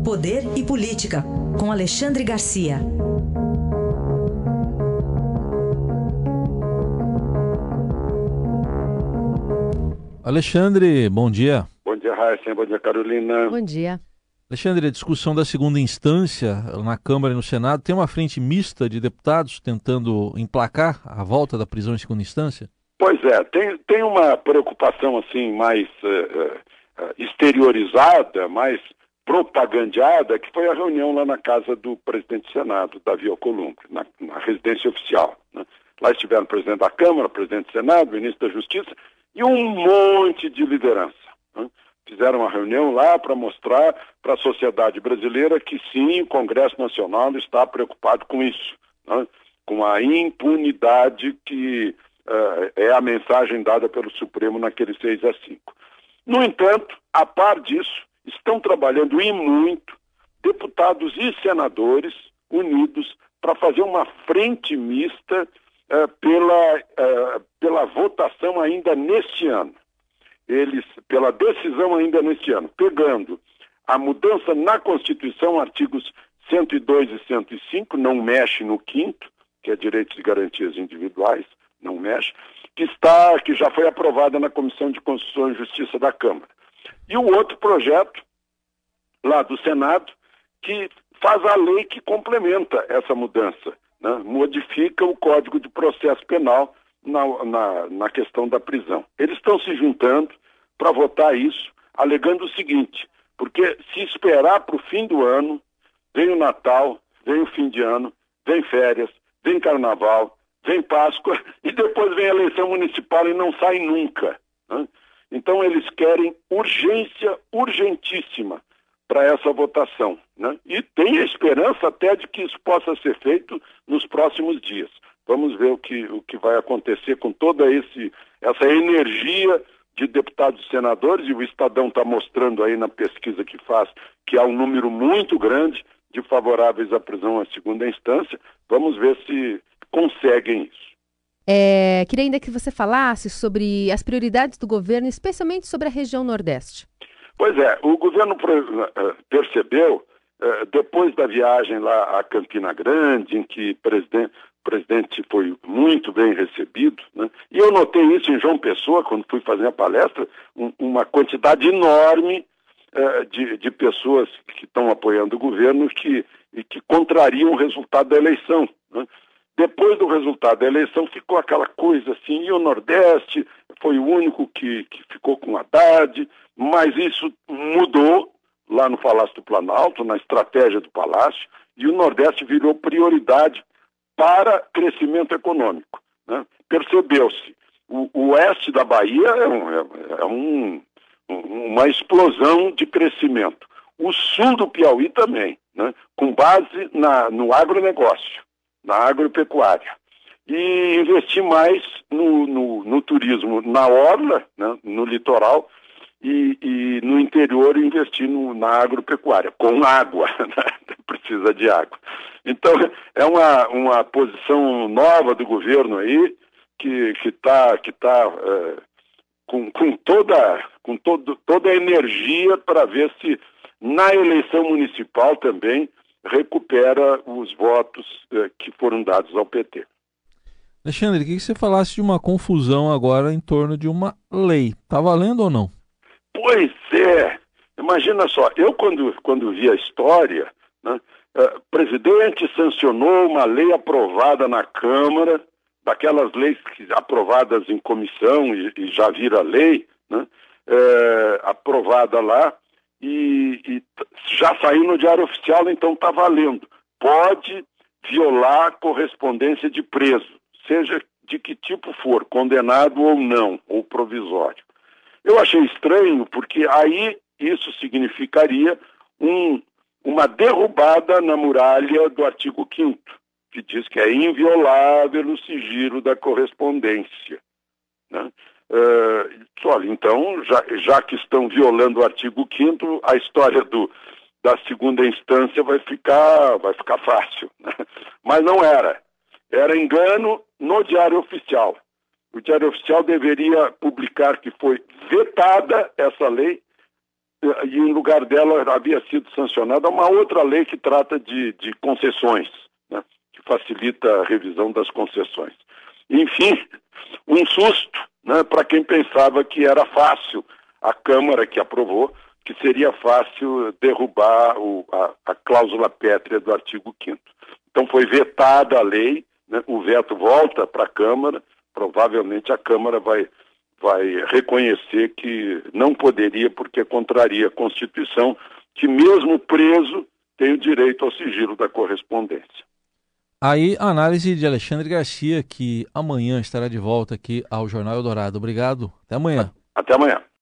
Poder e Política, com Alexandre Garcia. Alexandre, bom dia. Bom dia, Raíssa. Bom dia, Carolina. Bom dia. Alexandre, a discussão da segunda instância na Câmara e no Senado tem uma frente mista de deputados tentando emplacar a volta da prisão em segunda instância? Pois é, tem uma preocupação assim mais exteriorizada, mais propagandeada, que foi a reunião lá na casa do presidente do Senado, Davi Alcolumbre, na residência oficial, né? Lá estiveram o presidente da Câmara, o presidente do Senado, o ministro da Justiça e um monte de liderança, né? Fizeram uma reunião lá para mostrar para a sociedade brasileira que sim, o Congresso Nacional está preocupado com isso, né? Com a impunidade que é a mensagem dada pelo Supremo naquele 6-5. No entanto, a par disso, estão trabalhando e muito deputados e senadores unidos para fazer uma frente mista pela votação ainda neste ano. Pela decisão ainda neste ano, pegando a mudança na Constituição, artigos 102 e 105, não mexe no 5º, que é direitos e garantias individuais, não mexe, que já foi aprovada na Comissão de Constituição e Justiça da Câmara. E o outro projeto, lá do Senado, que faz a lei que complementa essa mudança, né? Modifica o Código de Processo Penal na questão da prisão. Eles estão se juntando para votar isso, alegando o seguinte, porque se esperar para o fim do ano, vem o Natal, vem o fim de ano, vem férias, vem Carnaval, vem Páscoa e depois vem a eleição municipal e não sai nunca, né? Então eles querem urgência, urgentíssima para essa votação, né? E tem a esperança até de que isso possa ser feito nos próximos dias. Vamos ver o que vai acontecer com toda essa energia de deputados e senadores, e o Estadão está mostrando aí na pesquisa que faz que há um número muito grande de favoráveis à prisão em segunda instância. Vamos ver se conseguem isso. Queria ainda que você falasse sobre as prioridades do governo, especialmente sobre a região Nordeste. Pois é, o governo percebeu, depois da viagem lá a Campina Grande, em que o presidente foi muito bem recebido, né? E eu notei isso em João Pessoa, quando fui fazer a palestra, uma quantidade enorme de pessoas que estão apoiando o governo e que contrariam o resultado da eleição, né? Depois do resultado da eleição ficou aquela coisa assim, e o Nordeste foi o único que ficou com Haddad, mas isso mudou lá no Palácio do Planalto, na estratégia do Palácio, e o Nordeste virou prioridade para crescimento econômico, né? Percebeu-se, o oeste da Bahia é uma explosão de crescimento. O sul do Piauí também, né? Com base no agronegócio, na agropecuária. E investir mais no turismo, na orla, né? No litoral, e no interior investir na agropecuária, com água, né? Precisa de água. Então, é uma posição nova do governo aí, que está com toda a energia para ver se na eleição municipal também recupera os votos que foram dados ao PT. Alexandre, queria que você falasse de uma confusão agora em torno de uma lei. Está valendo ou não? Pois é. Imagina só, eu quando vi a história, né, o presidente sancionou uma lei aprovada na Câmara, daquelas leis aprovadas em comissão e já vira lei, né, aprovada lá, e já saiu no Diário Oficial, então está valendo. Pode violar correspondência de preso, seja de que tipo for, condenado ou não, ou provisório. Eu achei estranho, porque aí isso significaria uma derrubada na muralha do artigo 5º, que diz que é inviolável o sigilo da correspondência, né? Olha, então, já que estão violando o artigo 5º, a história da segunda instância vai ficar fácil, né? Mas não era. Era engano no Diário Oficial. O Diário Oficial deveria publicar que foi vetada essa lei e em lugar dela havia sido sancionada uma outra lei que trata de concessões, né, que facilita a revisão das concessões. Enfim, um susto, né, para quem pensava que era fácil, a Câmara que aprovou, que seria fácil derrubar a cláusula pétrea do artigo 5º. Então foi vetada a lei, né, o veto volta para a Câmara, provavelmente a Câmara vai reconhecer que não poderia porque contraria a Constituição, que mesmo preso tem o direito ao sigilo da correspondência. Aí a análise de Alexandre Garcia, que amanhã estará de volta aqui ao Jornal Eldorado. Obrigado, até amanhã. Até amanhã.